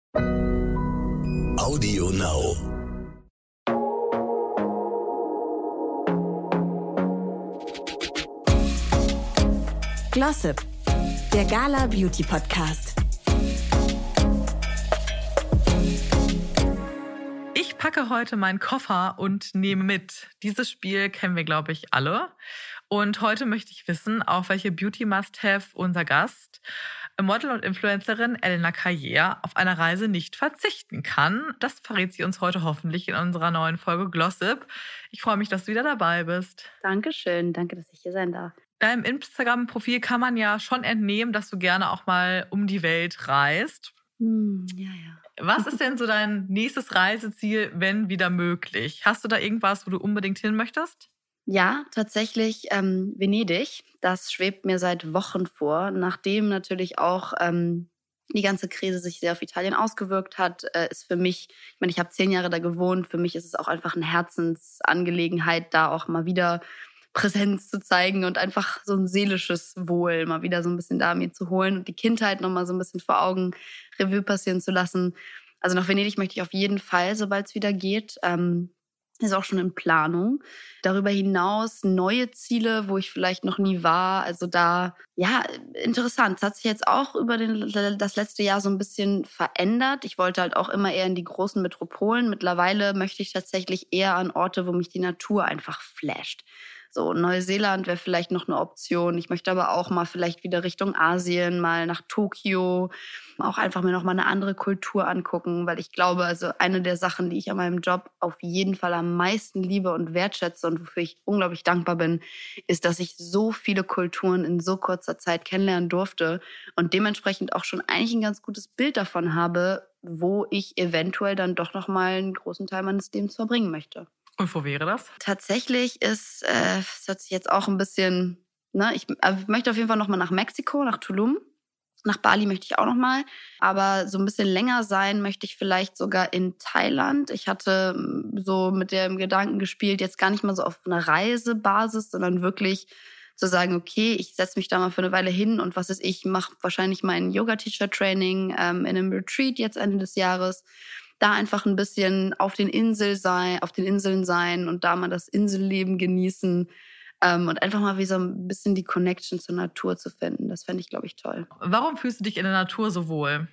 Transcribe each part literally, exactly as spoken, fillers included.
Audio Now. Glossip, der Gala Beauty Podcast. Ich packe heute meinen Koffer und nehme mit. Dieses Spiel kennen wir, glaube ich, alle. Und heute möchte ich wissen, auf welche Beauty Must-Have unser Gast, Model und Influencerin Elena Carrière, auf einer Reise nicht verzichten kann. Das verrät sie uns heute hoffentlich in unserer neuen Folge Glossip. Ich freue mich, dass du wieder dabei bist. Dankeschön, danke, dass ich hier sein darf. Deinem Instagram-Profil kann man ja schon entnehmen, dass du gerne auch mal um die Welt reist. Hm, ja, ja. Was ist denn so dein nächstes Reiseziel, wenn wieder möglich? Hast du da irgendwas, wo du unbedingt hin möchtest? Ja, tatsächlich ähm, Venedig. Das schwebt mir seit Wochen vor, nachdem natürlich auch ähm, die ganze Krise sich sehr auf Italien ausgewirkt hat, äh, ist für mich, ich meine, ich habe zehn Jahre da gewohnt, für mich ist es auch einfach eine Herzensangelegenheit, da auch mal wieder Präsenz zu zeigen und einfach so ein seelisches Wohl mal wieder so ein bisschen da mir zu holen und die Kindheit nochmal so ein bisschen vor Augen Revue passieren zu lassen. Also nach Venedig möchte ich auf jeden Fall, sobald es wieder geht. Ähm, ist auch schon in Planung. Darüber hinaus neue Ziele, wo ich vielleicht noch nie war. Also da, ja, interessant. Es hat sich jetzt auch über den, das letzte Jahr so ein bisschen verändert. Ich wollte halt auch immer eher in die großen Metropolen. Mittlerweile möchte ich tatsächlich eher an Orte, wo mich die Natur einfach flasht. So, Neuseeland wäre vielleicht noch eine Option. Ich möchte aber auch mal vielleicht wieder Richtung Asien, mal nach Tokio, auch einfach mir noch mal eine andere Kultur angucken, weil ich glaube, also eine der Sachen, die ich an meinem Job auf jeden Fall am meisten liebe und wertschätze und wofür ich unglaublich dankbar bin, ist, dass ich so viele Kulturen in so kurzer Zeit kennenlernen durfte und dementsprechend auch schon eigentlich ein ganz gutes Bild davon habe, wo ich eventuell dann doch noch mal einen großen Teil meines Lebens verbringen möchte. Und wo wäre das? Tatsächlich ist, äh, das hört sich jetzt auch ein bisschen, ne, ich äh, möchte auf jeden Fall noch mal nach Mexiko, nach Tulum. Nach Bali möchte ich auch noch mal. Aber so ein bisschen länger sein möchte ich vielleicht sogar in Thailand. Ich hatte so mit dem Gedanken gespielt, jetzt gar nicht mal so auf einer Reisebasis, sondern wirklich zu sagen, okay, ich setze mich da mal für eine Weile hin und was ist ich, mache wahrscheinlich mein Yoga-Teacher-Training ähm, in einem Retreat jetzt Ende des Jahres. Da einfach ein bisschen auf den Inseln sein, auf den Inseln sein und da mal das Inselleben genießen ähm, und einfach mal wie so ein bisschen die Connection zur Natur zu finden. Das fände ich, glaube ich, toll. Warum fühlst du dich in der Natur so wohl?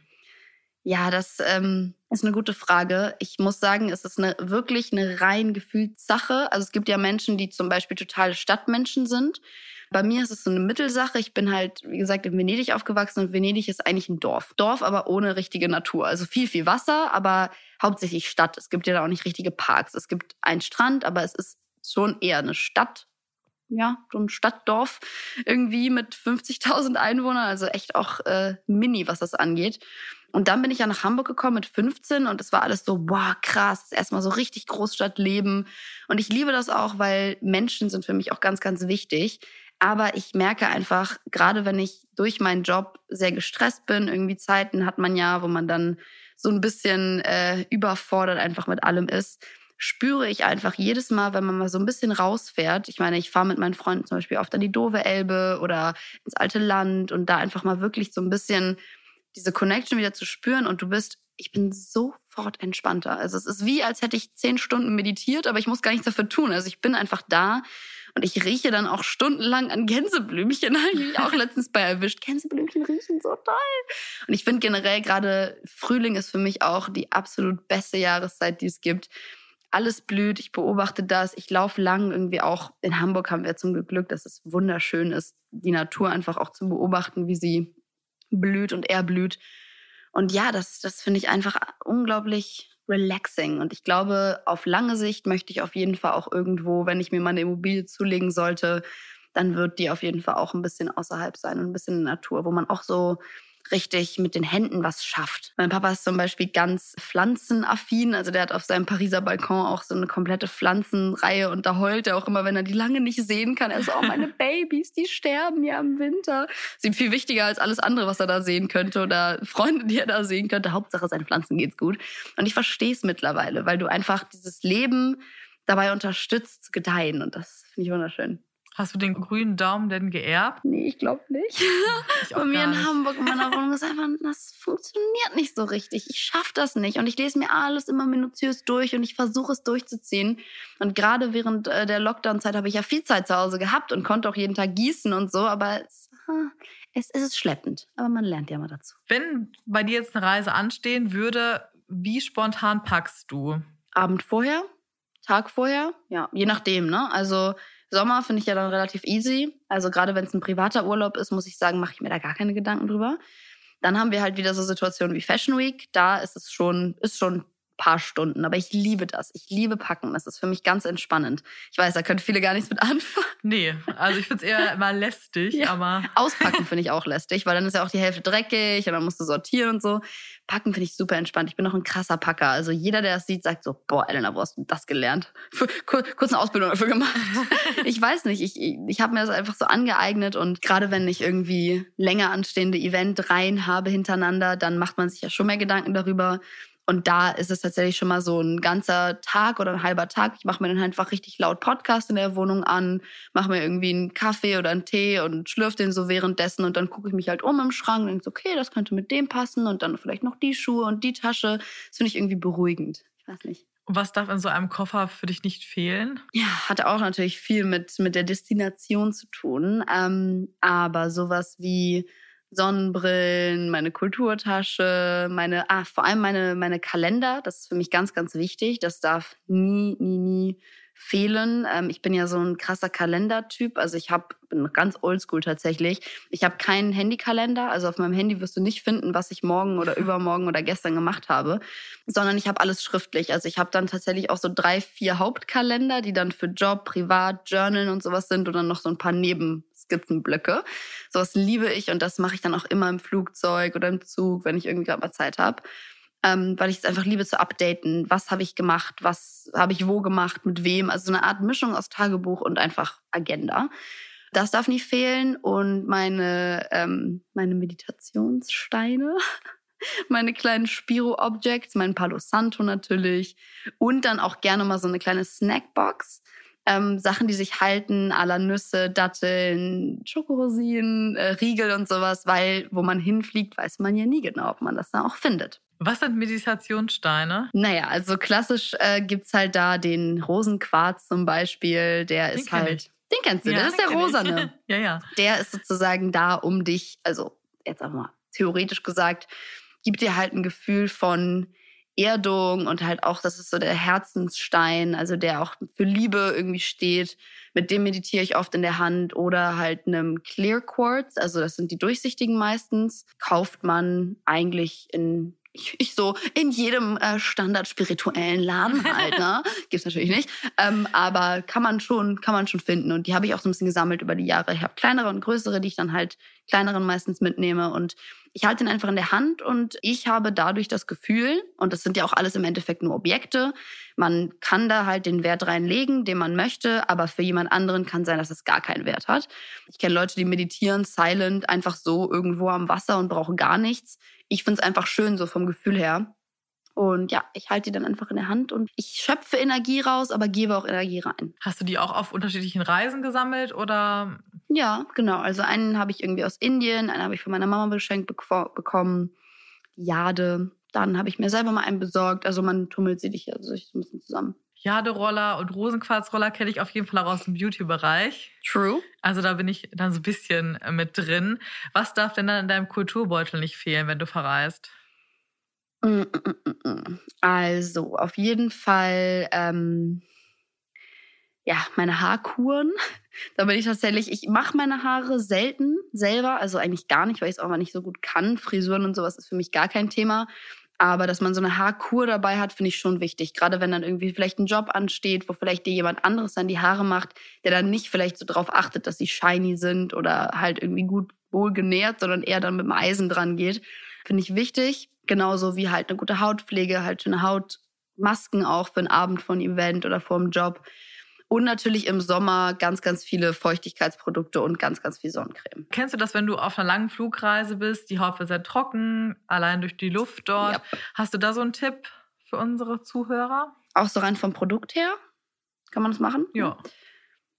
Ja, das ähm, ist eine gute Frage. Ich muss sagen, es ist eine, wirklich eine rein Gefühlssache. Also es gibt ja Menschen, die zum Beispiel totale Stadtmenschen sind. Bei mir ist es so eine Mittelsache. Ich bin halt, wie gesagt, in Venedig aufgewachsen und Venedig ist eigentlich ein Dorf. Dorf, aber ohne richtige Natur. Also viel, viel Wasser, aber hauptsächlich Stadt. Es gibt ja da auch nicht richtige Parks. Es gibt einen Strand, aber es ist schon eher eine Stadt. Ja, so ein Stadtdorf irgendwie mit fünfzigtausend Einwohnern. Also echt auch äh, mini, was das angeht. Und dann bin ich ja nach Hamburg gekommen mit fünfzehn und es war alles so, wow, krass, erstmal so richtig Großstadtleben. Und ich liebe das auch, weil Menschen sind für mich auch ganz, ganz wichtig. Aber ich merke einfach, gerade wenn ich durch meinen Job sehr gestresst bin, irgendwie Zeiten hat man ja, wo man dann so ein bisschen äh, überfordert einfach mit allem ist, spüre ich einfach jedes Mal, wenn man mal so ein bisschen rausfährt. Ich meine, ich fahre mit meinen Freunden zum Beispiel oft an die Dove-Elbe oder ins alte Land und da einfach mal wirklich so ein bisschen diese Connection wieder zu spüren und du bist, ich bin sofort entspannter. Also es ist wie, als hätte ich zehn Stunden meditiert, aber ich muss gar nichts dafür tun. Also ich bin einfach da und ich rieche dann auch stundenlang an Gänseblümchen. Da habe ich mich auch letztens bei erwischt. Gänseblümchen riechen so toll. Und ich finde generell gerade Frühling ist für mich auch die absolut beste Jahreszeit, die es gibt. Alles blüht, ich beobachte das, ich laufe lang irgendwie auch. In Hamburg haben wir zum Glück Glück, dass es wunderschön ist, die Natur einfach auch zu beobachten, wie sie blüht und erblüht. Und ja, das, das finde ich einfach unglaublich relaxing. Und ich glaube, auf lange Sicht möchte ich auf jeden Fall auch irgendwo, wenn ich mir mal eine Immobilie zulegen sollte, dann wird die auf jeden Fall auch ein bisschen außerhalb sein und ein bisschen in der Natur, wo man auch so richtig mit den Händen was schafft. Mein Papa ist zum Beispiel ganz pflanzenaffin, also der hat auf seinem Pariser Balkon auch so eine komplette Pflanzenreihe und da heult er auch immer, wenn er die lange nicht sehen kann. Er so, oh, meine Babys, die sterben ja im Winter. Das ist ihm viel wichtiger als alles andere, was er da sehen könnte oder Freunde, die er da sehen könnte. Hauptsache, seinen Pflanzen geht's gut. Und ich verstehe es mittlerweile, weil du einfach dieses Leben dabei unterstützt zu gedeihen und das finde ich wunderschön. Hast du den grünen Daumen denn geerbt? Nee, ich glaube nicht. Ich auch Bei mir gar in nicht. Hamburg in meiner Wohnung ist einfach, das funktioniert nicht so richtig. Ich schaffe das nicht. Und ich lese mir alles immer minutiös durch und ich versuche es durchzuziehen. Und gerade während äh, der Lockdown-Zeit habe ich ja viel Zeit zu Hause gehabt und konnte auch jeden Tag gießen und so. Aber es, es, es ist schleppend. Aber man lernt ja mal dazu. Wenn bei dir jetzt eine Reise anstehen würde, wie spontan packst du? Abend vorher, Tag vorher, ja, je nachdem, ne? Also Sommer finde ich ja dann relativ easy. Also gerade wenn es ein privater Urlaub ist, muss ich sagen, mache ich mir da gar keine Gedanken drüber. Dann haben wir halt wieder so Situationen wie Fashion Week. Da ist es schon, ist schon ein paar Stunden. Aber ich liebe das. Ich liebe Packen. Das ist für mich ganz entspannend. Ich weiß, da können viele gar nichts mit anfangen. Nee, also ich finde es eher immer lästig, Ja. aber... Auspacken finde ich auch lästig, weil dann ist ja auch die Hälfte dreckig und dann musst du sortieren und so. Packen finde ich super entspannt. Ich bin auch ein krasser Packer. Also jeder, der das sieht, sagt so, boah, Elena, wo hast du das gelernt? Für, kurz eine Ausbildung dafür gemacht. Ich weiß nicht, ich, ich habe mir das einfach so angeeignet und gerade wenn ich irgendwie länger anstehende Eventreihen habe hintereinander, dann macht man sich ja schon mehr Gedanken darüber. Und da ist es tatsächlich schon mal so ein ganzer Tag oder ein halber Tag. Ich mache mir dann einfach richtig laut Podcast in der Wohnung an, mache mir irgendwie einen Kaffee oder einen Tee und schlürfe den so währenddessen. Und dann gucke ich mich halt um im Schrank und denke so, okay, das könnte mit dem passen. Und dann vielleicht noch die Schuhe und die Tasche. Das finde ich irgendwie beruhigend. Ich weiß nicht. Und was darf in so einem Koffer für dich nicht fehlen? Ja, hatte auch natürlich viel mit, mit der Destination zu tun. Ähm, aber sowas wie Sonnenbrillen, meine Kulturtasche, meine, ah, vor allem meine, meine Kalender, das ist für mich ganz, ganz wichtig. Das darf nie, nie, nie fehlen. Ähm, ich bin ja so ein krasser Kalendertyp. Also ich hab, bin ganz oldschool tatsächlich. Ich habe keinen Handykalender. Also auf meinem Handy wirst du nicht finden, was ich morgen oder übermorgen oder gestern gemacht habe, sondern ich habe alles schriftlich. Also ich habe dann tatsächlich auch so drei, vier Hauptkalender, die dann für Job, Privat, Journal und sowas sind und dann noch so ein paar Nebenskizzenblöcke. Sowas liebe ich und das mache ich dann auch immer im Flugzeug oder im Zug, wenn ich irgendwie gerade mal Zeit habe. Ähm, weil ich es einfach liebe zu updaten. Was habe ich gemacht? Was habe ich wo gemacht? Mit wem? Also so eine Art Mischung aus Tagebuch und einfach Agenda. Das darf nicht fehlen. Und meine, ähm, meine Meditationssteine, meine kleinen Spiro-Objects, mein Palo Santo natürlich. Und dann auch gerne mal so eine kleine Snackbox. Ähm, Sachen, die sich halten, à la Nüsse, Datteln, Schokorosinen, äh, Riegel und sowas. Weil wo man hinfliegt, weiß man ja nie genau, ob man das da auch findet. Was sind Meditationssteine? Naja, also klassisch äh, gibt's halt da den Rosenquarz zum Beispiel. Der Den ist kenn halt, ich. den kennst du, Ja, das ist den der kenn ich. rosane. Ja, ja. Der ist sozusagen da, um dich, also jetzt auch mal theoretisch gesagt, gibt dir halt ein Gefühl von Erdung und halt auch, das ist so der Herzensstein, also der auch für Liebe irgendwie steht. Mit dem meditiere ich oft in der Hand oder halt einem Clear Quartz, also das sind die durchsichtigen meistens, kauft man eigentlich in Ich, ich so in jedem äh, standard-spirituellen Laden halt, ne? Gibt's natürlich nicht. Ähm, aber kann man schon, kann man schon finden. Und die habe ich auch so ein bisschen gesammelt über die Jahre. Ich habe kleinere und größere, die ich dann halt kleineren meistens mitnehme. Und ich halte den einfach in der Hand und ich habe dadurch das Gefühl, und das sind ja auch alles im Endeffekt nur Objekte, man kann da halt den Wert reinlegen, den man möchte, aber für jemand anderen kann sein, dass es gar keinen Wert hat. Ich kenne Leute, die meditieren silent einfach so irgendwo am Wasser und brauchen gar nichts. Ich finde es einfach schön, so vom Gefühl her. Und ja, ich halte die dann einfach in der Hand und ich schöpfe Energie raus, aber gebe auch Energie rein. Hast du die auch auf unterschiedlichen Reisen gesammelt oder? Ja, genau. Also einen habe ich irgendwie aus Indien, einen habe ich von meiner Mama geschenkt beko- bekommen. Die Jade. Dann habe ich mir selber mal einen besorgt. Also man tummelt sie dich also so ein bisschen zusammen. Jaderoller und Rosenquarzroller kenne ich auf jeden Fall auch aus dem Beauty-Bereich. True. Also da bin ich dann so ein bisschen mit drin. Was darf denn dann in deinem Kulturbeutel nicht fehlen, wenn du verreist? Also auf jeden Fall, ähm, ja, meine Haarkuren. Da bin ich tatsächlich, ich mache meine Haare selten selber, also eigentlich gar nicht, weil ich es auch mal nicht so gut kann. Frisuren und sowas ist für mich gar kein Thema. Aber dass man so eine Haarkur dabei hat, finde ich schon wichtig. Gerade wenn dann irgendwie vielleicht ein Job ansteht, wo vielleicht dir jemand anderes dann die Haare macht, der dann nicht vielleicht so drauf achtet, dass sie shiny sind oder halt irgendwie gut wohlgenährt, sondern eher dann mit dem Eisen dran geht. Finde ich wichtig. Genauso wie halt eine gute Hautpflege, halt schöne Hautmasken auch für einen Abend von einem Event oder vor dem Job. Und natürlich im Sommer ganz, ganz viele Feuchtigkeitsprodukte und ganz, ganz viel Sonnencreme. Kennst du das, wenn du auf einer langen Flugreise bist, die Haut wird sehr trocken, allein durch die Luft dort? Ja. Hast du da so einen Tipp für unsere Zuhörer? Auch so rein vom Produkt her kann man das machen? Ja.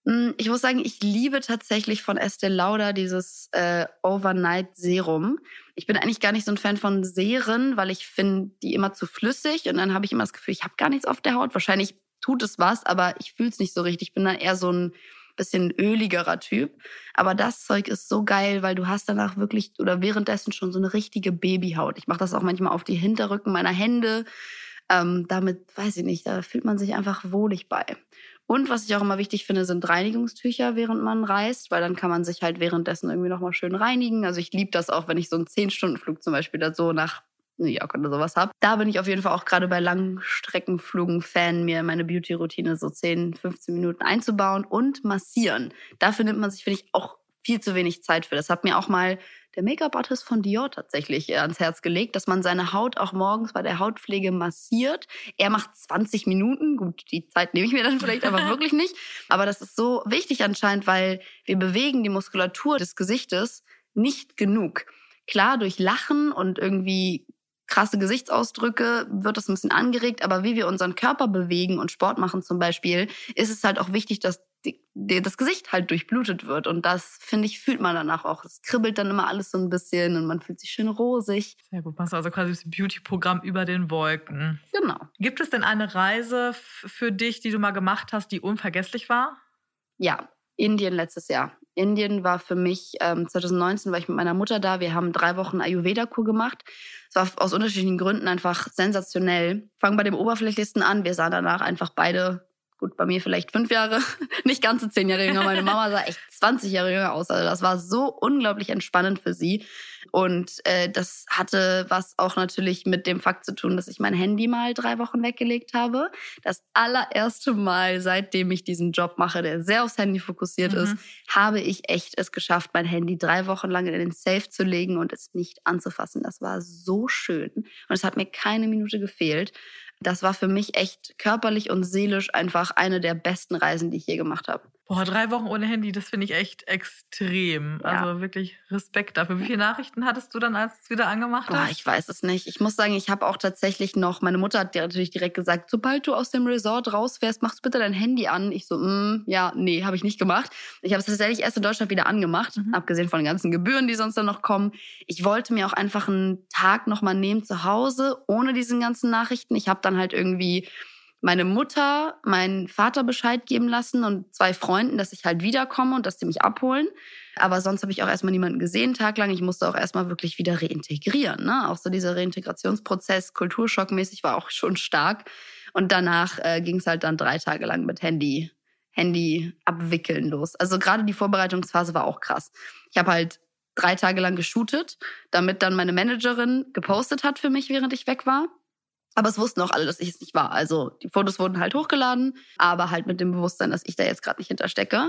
Ich muss sagen, ich liebe tatsächlich von Estée Lauder dieses äh, Overnight Serum. Ich bin eigentlich gar nicht so ein Fan von Seren, weil ich finde die immer zu flüssig. Und dann habe ich immer das Gefühl, ich habe gar nichts auf der Haut. Wahrscheinlich tut es was, aber ich fühle es nicht so richtig. Ich bin dann eher so ein bisschen öligerer Typ. Aber das Zeug ist so geil, weil du hast danach wirklich oder währenddessen schon so eine richtige Babyhaut. Ich mache das auch manchmal auf die Hinterrücken meiner Hände. Ähm, damit, weiß ich nicht, da fühlt man sich einfach wohlig bei. Und was ich auch immer wichtig finde, sind Reinigungstücher, während man reist, weil dann kann man sich halt währenddessen irgendwie nochmal schön reinigen. Also ich liebe das auch, wenn ich so einen zehn-Stunden-Flug zum Beispiel da so nach New York oder sowas habe. Da bin ich auf jeden Fall auch gerade bei Langstreckenflügen Fan, mir meine Beauty-Routine so zehn, fünfzehn Minuten einzubauen und massieren. Dafür nimmt man sich, finde ich, auch viel zu wenig Zeit für. Das hat mir auch mal der Make-up-Artist von Dior tatsächlich ans Herz gelegt, dass man seine Haut auch morgens bei der Hautpflege massiert. Er macht zwanzig Minuten. Gut, die Zeit nehme ich mir dann vielleicht aber wirklich nicht. Aber das ist so wichtig anscheinend, weil wir bewegen die Muskulatur des Gesichtes nicht genug. Klar, durch Lachen und irgendwie krasse Gesichtsausdrücke wird das ein bisschen angeregt. Aber wie wir unseren Körper bewegen und Sport machen zum Beispiel, ist es halt auch wichtig, dass die, die, das Gesicht halt durchblutet wird. Und das, finde ich, fühlt man danach auch. Es kribbelt dann immer alles so ein bisschen und man fühlt sich schön rosig. Sehr gut, machst du also quasi das Beauty-Programm über den Wolken. Genau. Gibt es denn eine Reise f- für dich, die du mal gemacht hast, die unvergesslich war? Ja, Indien letztes Jahr. Indien war für mich, ähm, zwanzig neunzehn war ich mit meiner Mutter da. Wir haben drei Wochen Ayurveda-Kur gemacht. Es war aus unterschiedlichen Gründen einfach sensationell. Fangen bei dem Oberflächlichsten an. Wir sahen danach einfach beide, gut, bei mir vielleicht fünf Jahre, nicht ganze zehn Jahre jünger. Meine Mama sah echt zwanzig Jahre jünger aus. Also das war so unglaublich entspannend für sie. Und äh, das hatte was auch natürlich mit dem Fakt zu tun, dass ich mein Handy mal drei Wochen weggelegt habe. Das allererste Mal, seitdem ich diesen Job mache, der sehr aufs Handy fokussiert Mhm. ist, habe ich echt es geschafft, mein Handy drei Wochen lang in den Safe zu legen und es nicht anzufassen. Das war so schön. Und es hat mir keine Minute gefehlt. Das war für mich echt körperlich und seelisch einfach eine der besten Reisen, die ich je gemacht habe. Boah, drei Wochen ohne Handy, das finde ich echt extrem. Ja. Also wirklich Respekt dafür. Wie viele Nachrichten hattest du dann, als du es wieder angemacht Boah, hast? ich weiß es nicht. Ich muss sagen, ich habe auch tatsächlich noch, meine Mutter hat ja natürlich direkt gesagt, sobald du aus dem Resort rausfährst, machst du bitte dein Handy an. Ich so, mm, ja, nee, habe ich nicht gemacht. Ich habe es tatsächlich erst in Deutschland wieder angemacht, Mhm. abgesehen von den ganzen Gebühren, die sonst dann noch kommen. Ich wollte mir auch einfach einen Tag nochmal nehmen zu Hause, ohne diesen ganzen Nachrichten. Ich habe dann halt irgendwie meine Mutter, meinen Vater Bescheid geben lassen und zwei Freunden, dass ich halt wiederkomme und dass die mich abholen. Aber sonst habe ich auch erstmal niemanden gesehen, taglang. Ich musste auch erstmal wirklich wieder reintegrieren. Ne? Auch so dieser Reintegrationsprozess, kulturschockmäßig, war auch schon stark. Und danach äh, ging es halt dann drei Tage lang mit Handy, Handy abwickeln los. Also gerade die Vorbereitungsphase war auch krass. Ich habe halt drei Tage lang geshootet, damit dann meine Managerin gepostet hat für mich, während ich weg war. Aber es wussten auch alle, dass ich es nicht war. Also die Fotos wurden halt hochgeladen, aber halt mit dem Bewusstsein, dass ich da jetzt gerade nicht hinterstecke.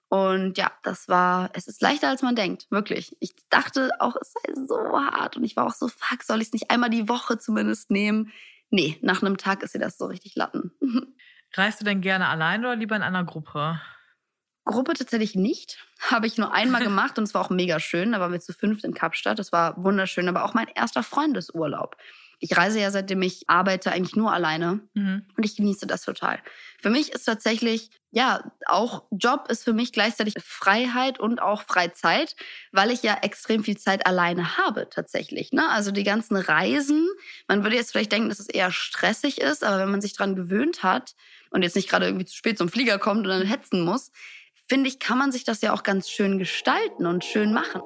Und ja, das war, es ist leichter, als man denkt, wirklich. Ich dachte auch, es sei so hart. Und ich war auch so, fuck, soll ich es nicht einmal die Woche zumindest nehmen? Nee, nach einem Tag ist dir das so richtig Latten. Reist du denn gerne allein oder lieber in einer Gruppe? Gruppe tatsächlich nicht. Habe ich nur einmal gemacht und es war auch mega schön. Da waren wir zu fünft in Kapstadt. Das war wunderschön, aber auch mein erster Freundesurlaub. Ich reise ja, seitdem ich arbeite, eigentlich nur alleine. Mhm. Und ich genieße das total. Für mich ist tatsächlich, ja, auch Job ist für mich gleichzeitig Freiheit und auch Freizeit, weil ich ja extrem viel Zeit alleine habe tatsächlich. Ne? Also die ganzen Reisen, man würde jetzt vielleicht denken, dass es eher stressig ist, aber wenn man sich dran gewöhnt hat und jetzt nicht gerade irgendwie zu spät zum Flieger kommt und dann hetzen muss, finde ich, kann man sich das ja auch ganz schön gestalten und schön machen.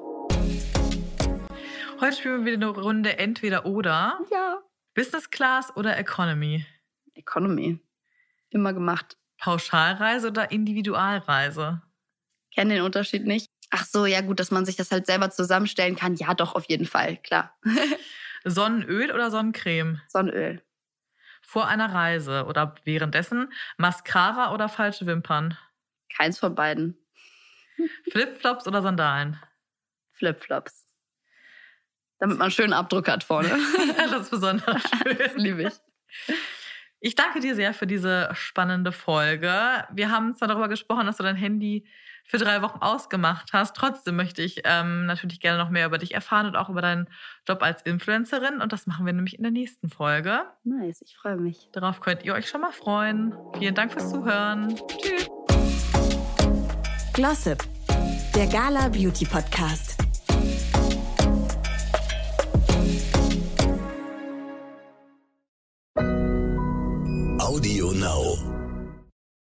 Heute spielen wir wieder eine Runde Entweder-Oder. Ja. Business Class oder Economy? Economy. Immer gemacht. Pauschalreise oder Individualreise? Kenne den Unterschied nicht. Ach so, ja gut, dass man sich das halt selber zusammenstellen kann. Ja, doch, auf jeden Fall, klar. Sonnenöl oder Sonnencreme? Sonnenöl. Vor einer Reise oder währenddessen Mascara oder falsche Wimpern? Keins von beiden. Flipflops oder Sandalen? Flipflops. Damit man einen schönen Abdruck hat vorne. Das ist besonders schön. Das liebe ich. Ich danke dir sehr für diese spannende Folge. Wir haben zwar darüber gesprochen, dass du dein Handy für drei Wochen ausgemacht hast. Trotzdem möchte ich ähm, natürlich gerne noch mehr über dich erfahren und auch über deinen Job als Influencerin. Und das machen wir nämlich in der nächsten Folge. Nice, ich freue mich. Darauf könnt ihr euch schon mal freuen. Vielen Dank fürs Zuhören. Tschüss. Glossip, der Gala Beauty Podcast. Audio Now.